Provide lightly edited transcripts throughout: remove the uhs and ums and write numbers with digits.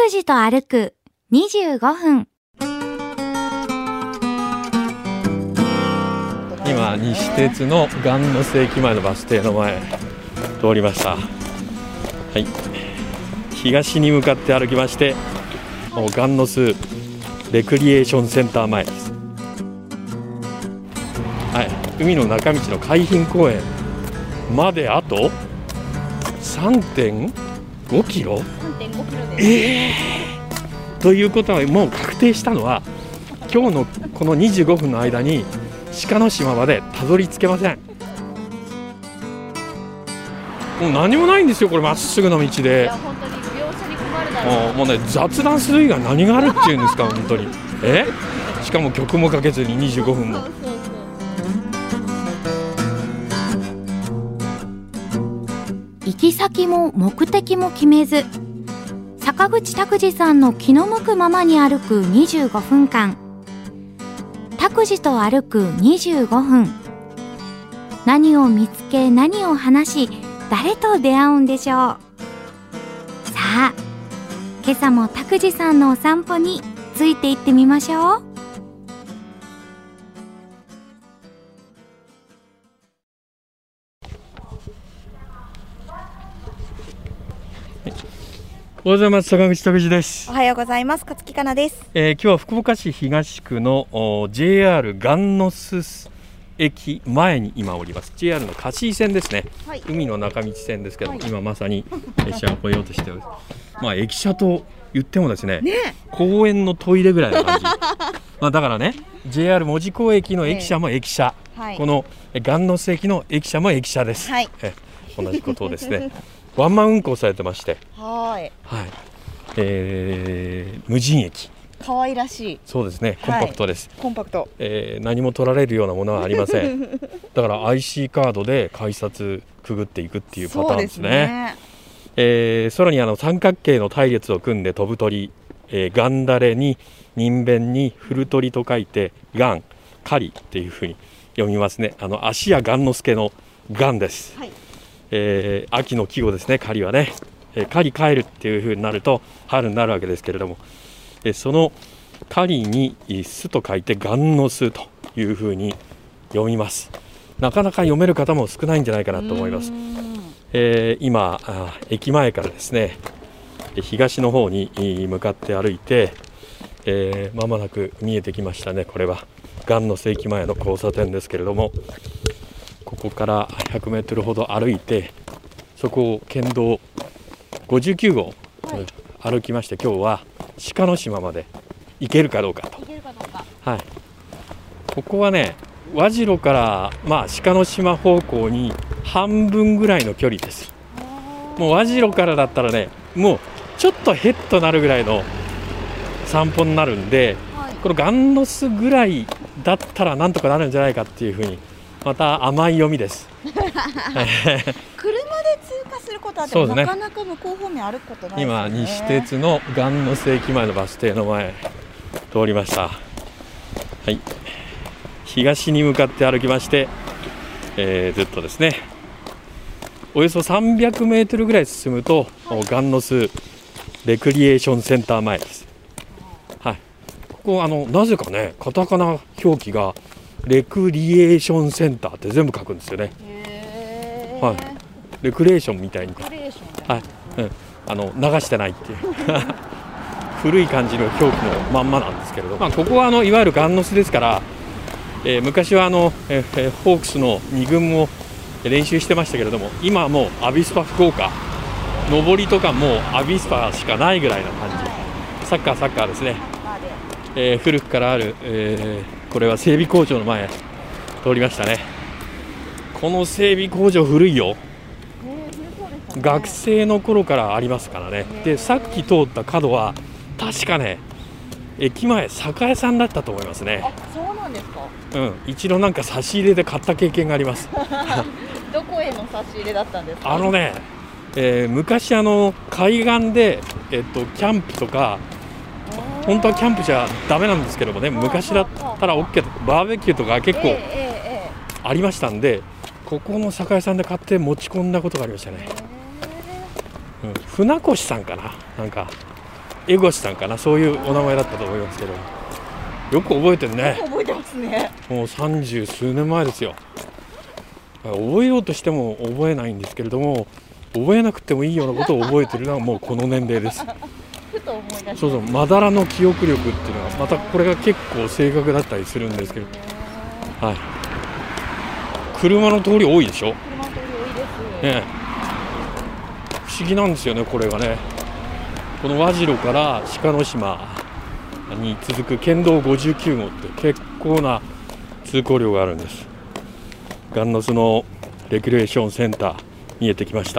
拓司と歩く25分。 今西鉄の雁ノ巣駅前のバス停の前通りました。はい、東に向かって歩きまして、雁ノ巣レクリエーションセンター前です。はい、海の中道の海浜公園まであと 3.5 キロ。ということはもう確定したのは、今日のこの25分の間に鹿の島までたどり着けません。もう何もないんですよ、これまっすぐの道で。いや本当に描写に困るだろう。もうね、雑談する以外何があるっていうんですか本当に。しかも曲もかけずに25分も。 行き先も目的も決めず、坂口拓司さんの気の向くままに歩く25分間。拓司と歩く25分。何を見つけ、何を話し、誰と出会うんでしょう。さあ、今朝も拓司さんのお散歩について行ってみましょう。 おはようございます。坂口拓司です。 おはようございます。勝木かなです。 今日は福岡市東区の JR 雁ノ巣駅前に今おります。 JR の香椎線ですね、はい、海の中道線ですけど、はい、今まさに列車を越えようとしております。まあ駅舎と言ってもですね、公園のトイレぐらいの感じだからね、 JR 門司港駅の駅舎も駅舎、はい、この雁ノ巣駅の駅舎も駅舎です、はい、同じことをですねワンマン運行されてまして、はい、無人駅、 可愛らしい。 そうですね、コンパクトです、 コンパクト、 何も取られるようなものはありませんだから IC カードで改札くぐっていくっていうパターンですね。空に三角形の隊列を組んで飛ぶ鳥、ガンダレに人弁に古鳥と書いてガンカリっていうふうに読みますね。足や雁之助のガンです、はい、秋の季語ですね、狩りはね、狩り帰るっていう風になると春になるわけですけれども、その狩りに巣と書いて雁の巣という風に読みます。なかなか読める方も少ないんじゃないかなと思います。今駅前からですね東の方に向かって歩いて、間もなく見えてきましたね。これは雁の巣駅前の交差点ですけれども、ここから100メートルほど歩いて、そこを県道59号、はい、歩きまして、今日は鹿の島まで行けるかどうかと。はい、ここはね、和白から、鹿の島方向に半分ぐらいの距離です。もう和白からだったらね、もうちょっとヘッとなるぐらいの散歩になるんで、はい、この雁の巣ぐらいだったらなんとかなるんじゃないかっていうふうに、また甘い読みです車で通過することはでも、なかなか向こう方面歩くことないですよね。 今西鉄の雁ノ巣駅前のバス停の前通りました。はい、東に向かって歩きまして、ずっとですねおよそ300メートルぐらい進むと、雁ノ巣レクリエーションセンター前です。はい、ここなぜかね、カタカナ表記がレクリエーションセンターって全部書くんですよね。はい、レクリエーションみたいに、はい、流してないっていう古い感じの表記のまんまなんですけれど、ここはいわゆる雁ノ巣ですから、昔はホークスの2軍も練習してましたけれども、今はもうアビスパ福岡、上りとかもうアビスパしかないぐらいな感じ。サッカーですね。古くからある、これは整備工場の前通りましたね。この整備工場古いよ、学生の頃からありますからね。でさっき通った角は確かね、駅前酒屋さんだったと思いますね。 あ、そうなんですか。 一度なんか差し入れで買った経験がありますどこへの差し入れだったんですか。 昔海岸で、キャンプとか、本当はキャンプじゃダメなんですけどもね、昔だったら OK と、バーベキューとか結構ありましたんで、ここの酒屋さんで買って持ち込んだことがありましたね。船越さんかな、なんか江越さんかな、そういうお名前だったと思いますけど、よく覚えてるね。 覚えてますね。 もう30数年前ですよ。覚えようとしても覚えないんですけれども、覚えなくてもいいようなことを覚えてるのはもうこの年齢です。 ふと思い出します。 そうそう、まだらの記憶力っていうのがまたこれが結構正確だったりするんですけど、はい、車の通り多いでしょ。 車の通り多いです。 ね、不思議なんですよね、これがね。この和白から鹿の島に続く県道59号って結構な通行量があるんです。ガンノスのレクリエーションセンター見えてきました。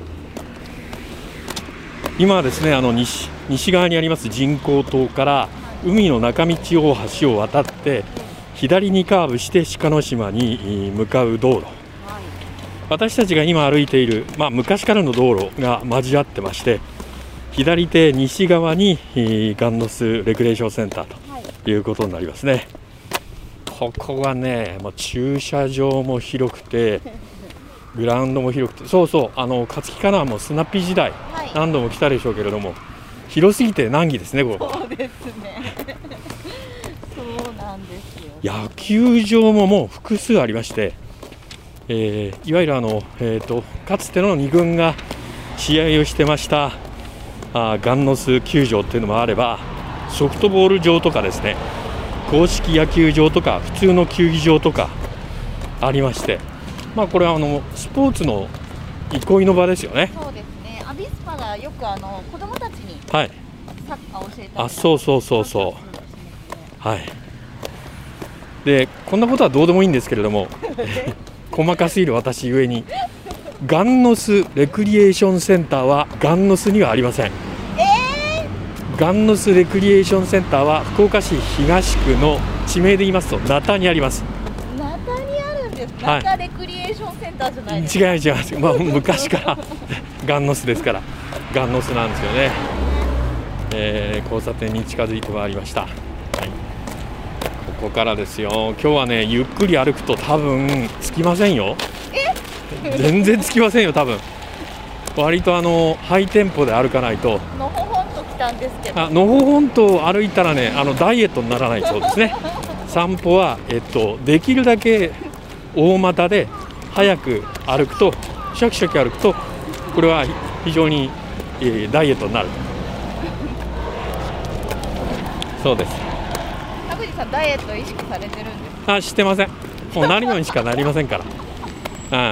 今はですね、西側にあります人工島から海の中道大橋を渡って左にカーブして鹿の島に向かう道路、私たちが今歩いている、昔からの道路が交わってまして、左手西側にガンノスレクリエーションセンターということになりますね。ここがね、駐車場も広くてグラウンドも広くて、そうそう、勝木かなもスナッピー時代、何度も来たでしょうけれども、広すぎて難儀ですね、ここ。 そうですね。そうなんですよ。 野球場ももう複数ありまして、いわゆるかつての2軍が試合をしてましたガンノス球場っていうのもあれば、ソフトボール場とかですね、公式野球場とか普通の球技場とかありまして、これはスポーツの憩いの場ですよね。 そうですね。アビスパがよく子供たちにはい、 サッカーを教えたり、 そう、はい。でこんなことはどうでもいいんですけれども細かすぎる私ゆえに、ガンノスレクリエーションセンターはガンノスにはありません。ガンノスレクリエーションセンターは福岡市東区の地名で言いますとナタにあります。 ナタにあるんです。ナタレクリエーションセンターじゃないですか。違う、昔からガンノスですからガンノスなんですよね。交差点に近づいてまいりました。はい、ここからですよ。今日はね、ゆっくり歩くと多分着きませんよ。全然着きませんよ、多分。割とハイテンポで歩かないと。 のほほんと来たんですけど、 のほほんと歩いたらね、ダイエットにならないそうですね。散歩は、できるだけ大股で早く歩くと、シャキシャキ歩くと、これは非常に、ダイエットになる。そうです。 田口さん、ダイエット意識されてるんですか？ してません。もうなるようにしかなりませんから。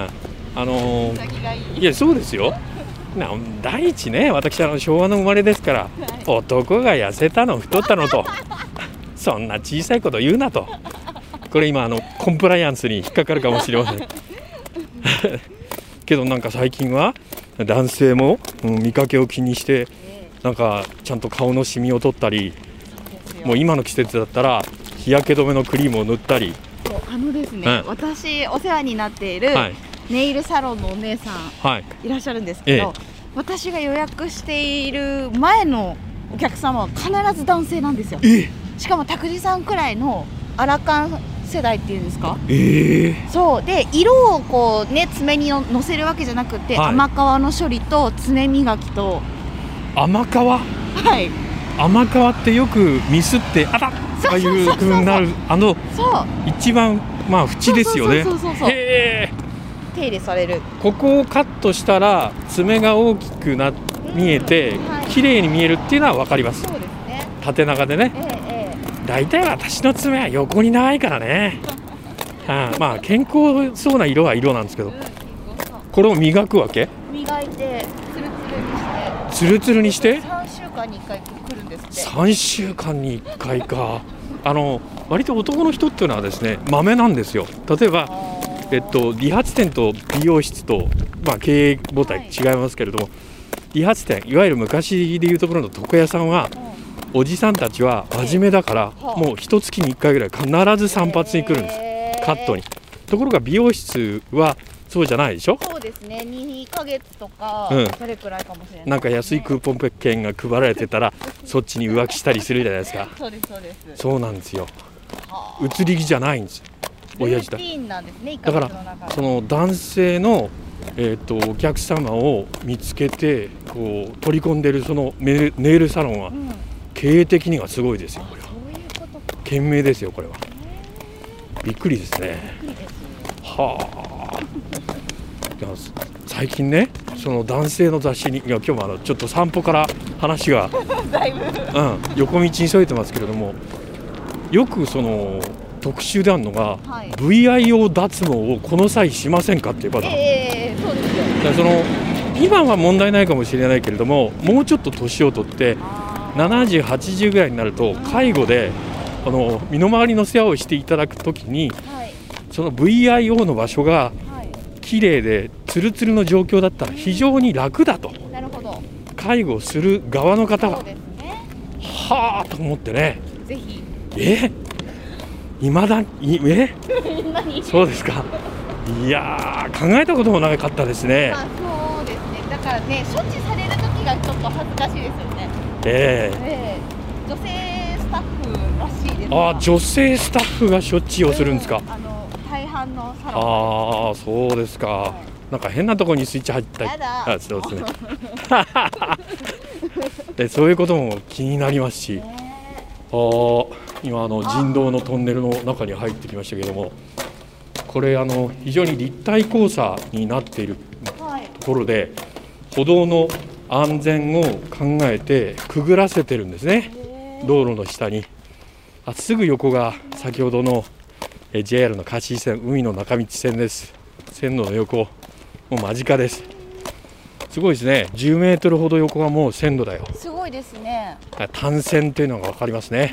いや、そうですよ。第一ね、私昭和の生まれですから、男が痩せたの太ったのとそんな小さいこと言うなと。これ今コンプライアンスに引っかかるかもしれませんけど、なんか最近は男性も、見かけを気にしてなんかちゃんと顔のシミを取ったり、もう今の季節だったら日焼け止めのクリームを塗ったり。 ですね、私お世話になっている、ネイルサロンのお姉さん、いらっしゃるんですけど、私が予約している前のお客様は必ず男性なんですよ。しかも拓司さんくらいのアラカン世代っていうんですか。そうで、色をこうね、爪にのせるわけじゃなくて、甘皮の処理と爪磨きと。 甘皮、甘皮ってよくミスってああいう風になる、一番縁ですよね。 手入れされる。 ここをカットしたら爪が大きく見えて綺麗に見えるっていうのは分かります。 そうですね。 縦長でね。だいたい私の爪は横に長いからね。健康そうな色は色なんですけど、これを磨くわけ？ 磨いてツルツルにして。3週間に1回来るんですって。 3週間に1回か。割と男の人っていうのはですね、まめなんですよ。例えば理髪店と美容室と、経営母体違いますけれども、理髪店、いわゆる昔でいうところの床屋さんは、おじさんたちは真面目だから、もう1月に1回ぐらい必ず散髪に来るんです、カットに。ところが美容室はそうじゃないでしょ。 そうですね、2ヶ月とか、それくらいかもしれない、 なんか安いクーポン券が配られてたらそっちに浮気したりするじゃないですか。 そうです。 そうなんですよ。移り気じゃないんですよ、親父だ。だからその男性のお客様を見つけてこう取り込んでるそのネイルサロンは、経営的にはすごいですよ。これは懸命ですよ。これはびっくりですね。はあ。最近ね、その男性の雑誌に、今日もちょっと散歩から話がだいぶ、横道に沿えてますけれども、よくその特集であるのが、VIO 脱毛をこの際しませんかっていうパターン。そうですよ。だからその今は問題ないかもしれないけれども、もうちょっと年を取って70、80ぐらいになると介護で身の回りの世話をしていただくときに、その VIO の場所が綺麗でツルツルの状況だったら非常に楽だと。なるほど。介護する側の方が、はあと思ってね。ぜひ。未だにそうですか。いやー、考えたこともなかったですね。 そうですね。だからね、処置される時がちょっと恥ずかしいですよね。女性スタッフらしいです。 女性スタッフが処置をするんですか。 大半のサロン。 そうですか。なんか変なところにスイッチ入ったり。そうですね。で、そういうことも気になりますし、今人道のトンネルの中に入ってきましたけれども、これ非常に立体交差になっているところで、歩道の安全を考えてくぐらせてるんですね。道路の下に。すぐ横が先ほどのJR の貸井線、海の中道線です。線路の横、もう間近です。すごいですね。10メートルほど横がもう線路だよ。すごいですね。単線というのが分かりますね。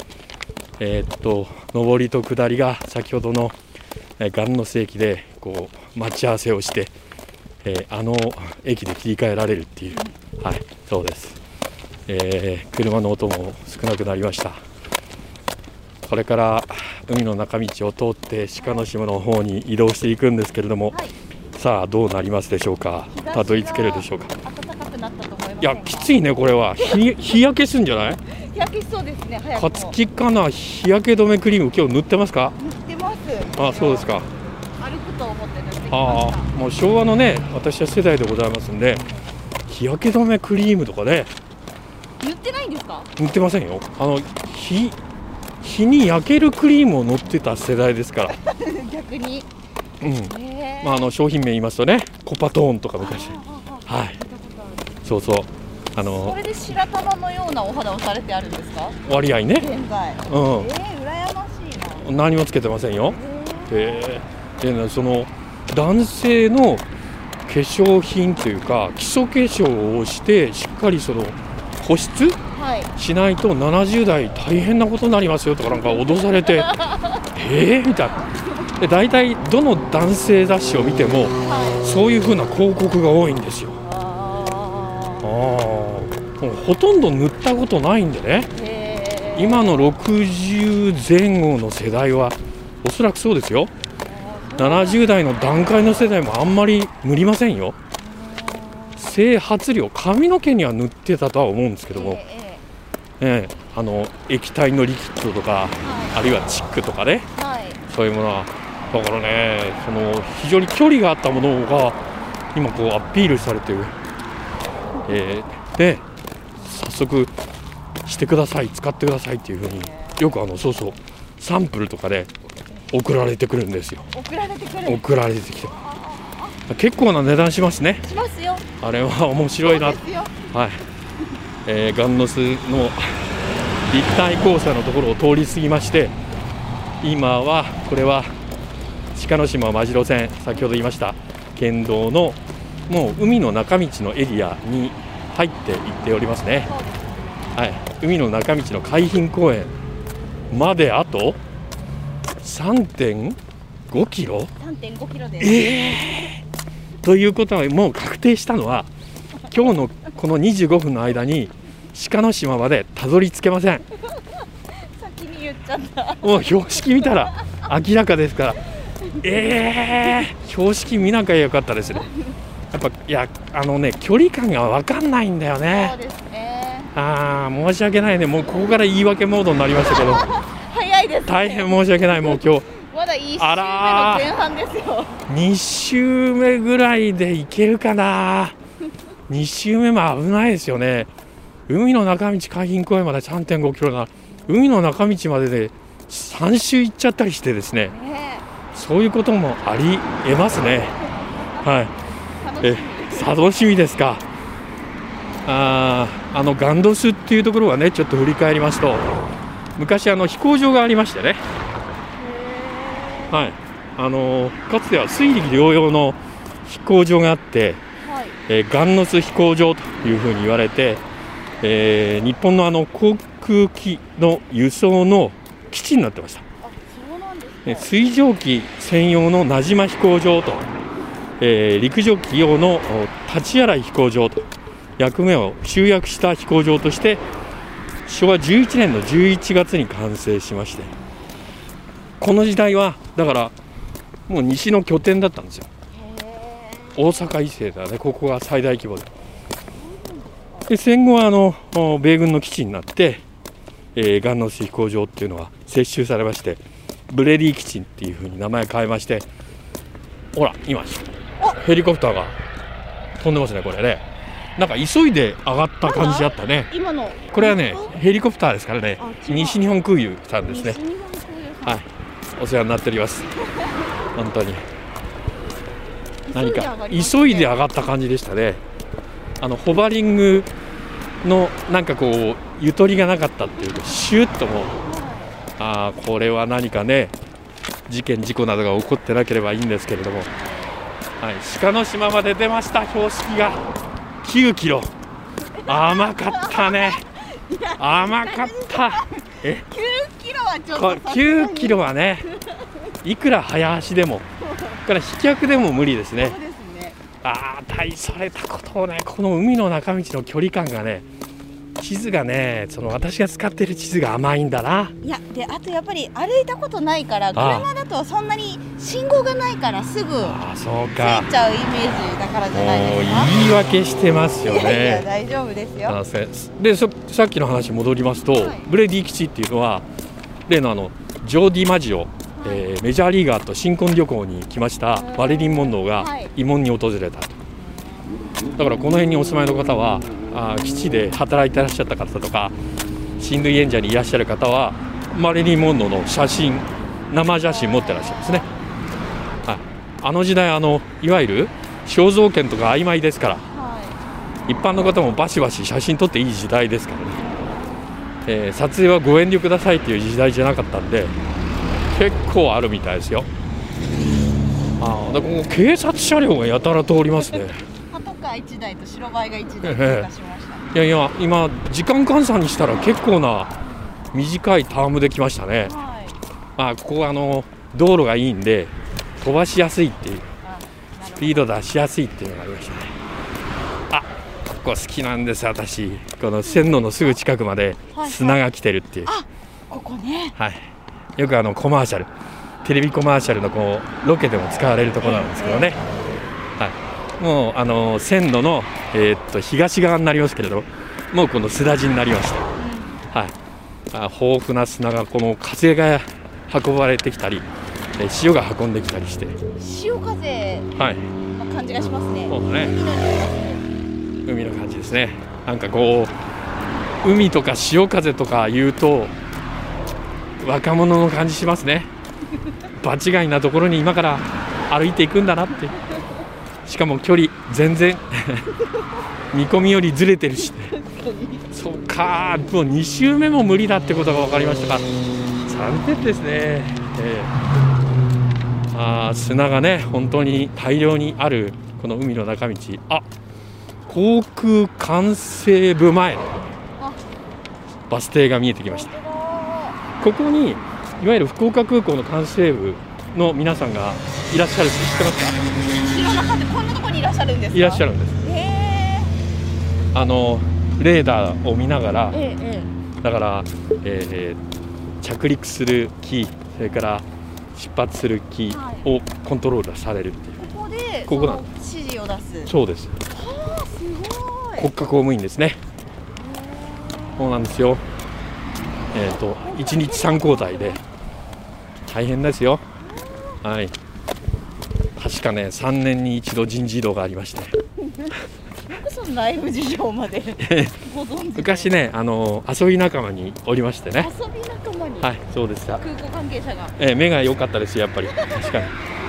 上りと下りが先ほどの雁ノ巣駅でこう待ち合わせをして、駅で切り替えられるっていう、そうです。車の音も少なくなりました。これから海の中道を通って鹿の島の方に移動していくんですけれども、さあどうなりますでしょうか。たどり着けるでしょうか。暖かくなったと思います。いや、きついね。これは日焼けするんじゃない？日焼けしそうですね。早くも勝木かな。日焼け止めクリーム今日塗ってますか？塗ってます。そうですか。歩くと思って塗ってきました。もう昭和のね、私は世代でございますんで、日焼け止めクリームとかね。塗ってないんですか？塗ってませんよ。日に焼けるクリームを塗ってた世代ですから逆に、商品名言いますとね、コパトーンとか昔、そうそう、それで白玉のようなお肌をされてあるんですか？割合ね、現在。羨ましいな。何もつけてませんよ。でその男性の化粧品というか基礎化粧をしてしっかりその保湿しないと70代大変なことになりますよとかなんか脅されてみたいな。で大体どの男性雑誌を見てもそういう風な広告が多いんですよ。もうほとんど塗ったことないんでね、今の60前後の世代はおそらくそうですよ。70代の段階の世代もあんまり塗りませんよ。整髪料、髪の毛には塗ってたとは思うんですけども、液体のリキッドとか、あるいはチックとかね、そういうものはだからね、その非常に距離があったものが今こうアピールされてる、で早速してください、使ってくださいっていう風によくそうそうサンプルとかで送られてくるんですよ。送られてきて結構な値段しますね。しますよ。あれは面白いな。雁ノ巣の立体交差のところを通り過ぎまして、今はこれは鹿の島網代線、先ほど言いました県道のもう海の中道のエリアに入っていっておりますね。海の中道の海浜公園まであと 3.5 キロです。ということはもう確定したのは、今日のこの25分の間に鹿の島までたどり着けません。先に言っちゃった。もう標識見たら明らかですから標識見なきゃよかったですね。やっぱ距離感が分かんないんだよね。そうですね。申し訳ないね。もうここから言い訳モードになりましたけど早いですね。大変申し訳ない。もう今日まだ1周目の前半ですよ。 2周目ぐらいでいけるかな。2周目も危ないですよね。海の中道海浜公園まで 3.5 キロな、海の中道までで3周行っちゃったりしてですね、そういうこともありえますね。はい、楽しみですか。ガンドスっていうところはね、ちょっと振り返りますと、昔飛行場がありましてね、はい、かつては水陸両用の飛行場があって、ガンノス飛行場というふうに言われて、日本の航空機の輸送の基地になってました。水上機専用の名島飛行場と、陸上機用の立洗飛行場と役目を集約した飛行場として昭和11年の11月に完成しまして、この時代はだからもう西の拠点だったんですよ。大阪伊勢だね、ここが最大規模で、戦後は米軍の基地になって、ガンノス飛行場っていうのは接収されまして、ブレディ基地っていう風に名前変えまして、ほら今ヘリコプターが飛んでますね。これね、なんか急いで上がった感じだったね。今のこれはねヘリコプターですからね、西日本空輸さんですね。はい、お世話になっております本当に。何か急いで上がった感じでしたね。ホバリングのなんかこうゆとりがなかったっていうか、シュッともう、これは何かね事故などが起こってなければいいんですけれども、はい、鹿の島まで出ました。標識が9キロ、甘かったね。甘かった。 9キロはちょっと 9キロはね、いくら早足でもから飛脚でも無理ですね。大それたことをね、この海の中道の距離感がね、地図がね、私が使っている地図が甘いんだな。 いやで、あとやっぱり歩いたことないから、車だとそんなに信号がないからすぐ着いちゃうイメージだからじゃないですか。 言い訳してますよね。 いや大丈夫ですよ。 でさっきの話戻りますと、ブレディ基地っていうのは例のジョーディ・マジオ、メジャーリーガーと新婚旅行に来ましたマリリン・モンローが慰問に訪れたと。だからこの辺にお住まいの方は、基地で働いてらっしゃった方とか親類縁者にいらっしゃる方はマリリン・モンローの写真、生写真持ってらっしゃるんですね。あの時代いわゆる肖像権とか曖昧ですから、一般の方もバシバシ写真撮っていい時代ですからね、撮影はご遠慮くださいっていう時代じゃなかったんで、結構あるみたいですよ。ここ警察車両がやたら通りますね。 パトカー1台と白バイが1台通過しました。 いや今時間換算にしたら結構な短いタームで来ましたね。ここは道路がいいんで飛ばしやすいっていう、スピード出しやすいっていうのがありましたね。ここ好きなんです私。この線路のすぐ近くまで砂が来てるっていう、 ここね、 よくコマーシャル、テレビコマーシャルのロケでも使われるところなんですけどね、もう線路の、東側になりますけれど、もうこの砂地になりました。豊富な砂がこの風が運ばれてきたり、潮が運んできたりして、 潮風の感じがしますね。 海の感じですね。なんかこう海とか潮風とか言うと若者の感じしますね。場違いなところに今から歩いていくんだなって。しかも距離全然見込みよりずれてるし、そうか、もう2周目も無理だってことが分かりましたか。残念ですね。砂がね本当に大量にあるこの海の中道、航空管制部前のバス停が見えてきました。ここにいわゆる福岡空港の管制部の皆さんがいらっしゃるって知ってますか？ 知らなかった。こんなところにいらっしゃるんですか？ いらっしゃるんです。レーダーを見ながら、だから、着陸するキー、それから出発するキーをコントロールされるっていう、 ここでここなん指示を出す。 そうです。 すごい。 国家公務員ですね。そうなんですよ。1日3交代で大変ですよ。 はい、確かね3年に一度人事異動がありましてよくその内部事情までご存知昔ね遊び仲間におりましてね。 遊び仲間に、 はい、そうでした。 空港関係者が、 目が良かったですやっぱり確かに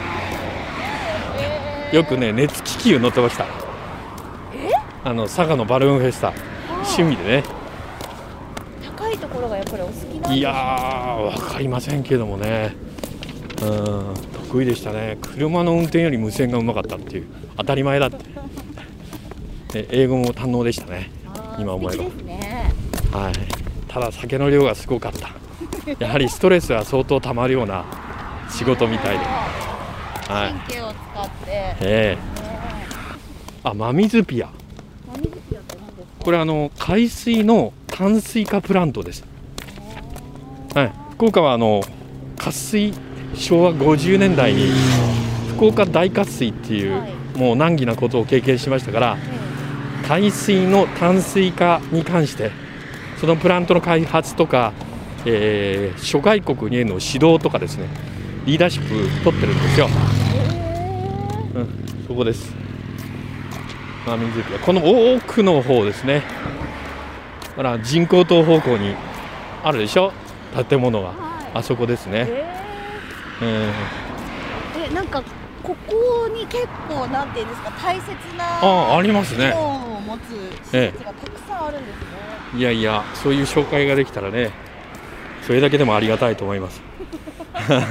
よくね熱気球乗ってました。佐賀のバルーンフェスタ趣味でね。 高いところがやっぱりお好きなんですか？ いやー分かりませんけどもね、得意でしたね。車の運転より無線がうまかったっていう、当たり前だって英語も堪能でしたね今思えば。 素敵ですね。 はい、ただ酒の量がすごかったやはりストレスは相当たまるような仕事みたいで、はい、 神経を使って、 真水ピア、 真水ピアって何ですか？ これ海水の淡水化プラントです。はい、福岡は渇水、昭和50年代に福岡大渇水っていう、もう難儀なことを経験しましたから、海水の淡水化に関してそのプラントの開発とか、諸外国への指導とかですね、リーダーシップ取ってるんですよ。そこです。真水ピア、この奥の方ですね。だから人工島方向にあるでしょ建物が、あそこですね。 なんかここに結構なんていうんですか、大切なありますね。 機能を持つ施設がたくさんあるんですね。 いやいや、そういう紹介ができたらね、それだけでもありがたいと思いますリカバ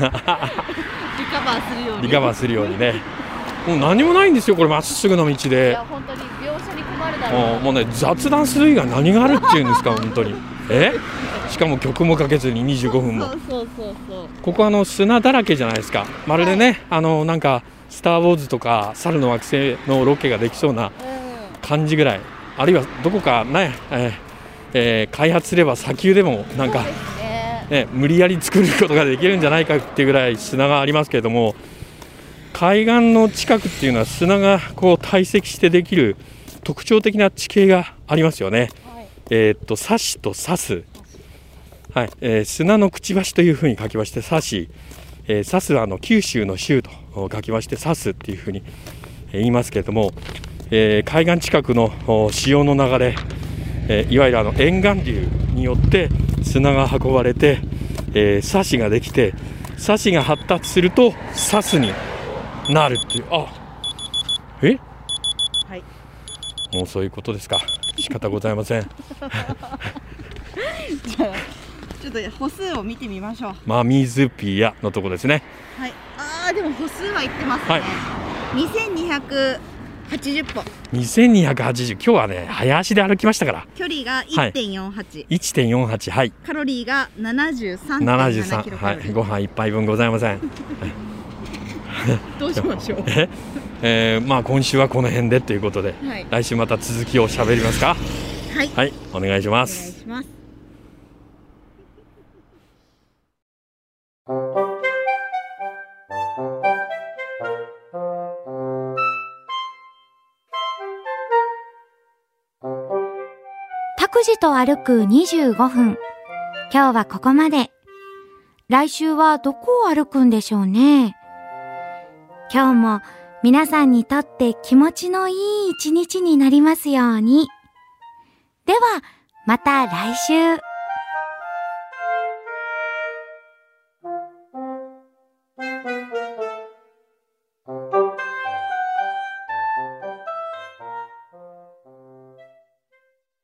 ーするようにね。もう何もないんですよこれ、まっすぐの道で。 いや本当に描写に困るだろう。 もうね、雑談する以外何があるっていうんですか本当に。しかも曲もかけずに25分も。 そうここ砂だらけじゃないですか。まるでね、なんかスター・ウォーズとか猿の惑星のロケができそうな感じぐらい、あるいはどこかね、開発すれば砂丘でもなんか、無理やり作ることができるんじゃないかっていうぐらい砂がありますけれども、海岸の近くっていうのは砂がこう堆積してできる特徴的な地形がありますよね。サシとサス、はい、砂のくちばしというふうに書きましてサシ、サスは九州の州と書きましてサスっていうふうに言いますけれども、海岸近くの潮の流れ、いわゆる沿岸流によって砂が運ばれて、サシができて、サシが発達するとサスになるっていう。 はい、 もうそういうことですか。仕方ございませんじゃあちょっと歩数を見てみましょう。 真水ピアのとこですね。 はい、でも歩数はいってますね。2280歩。 2280。今日はね早足で歩きましたから。 距離が 1.48、 1.48、はい。 カロリーが 73.7 キロカロリー。 はい、ご飯1杯分ございませんどうしましょう今週はこの辺でということで、来週また続きを喋りますか。はい、お願いします。 拓司と歩く25分。今日はここまで。来週はどこを歩くんでしょうね。今日も皆さんにとって気持ちのいい一日になりますように。では、また来週。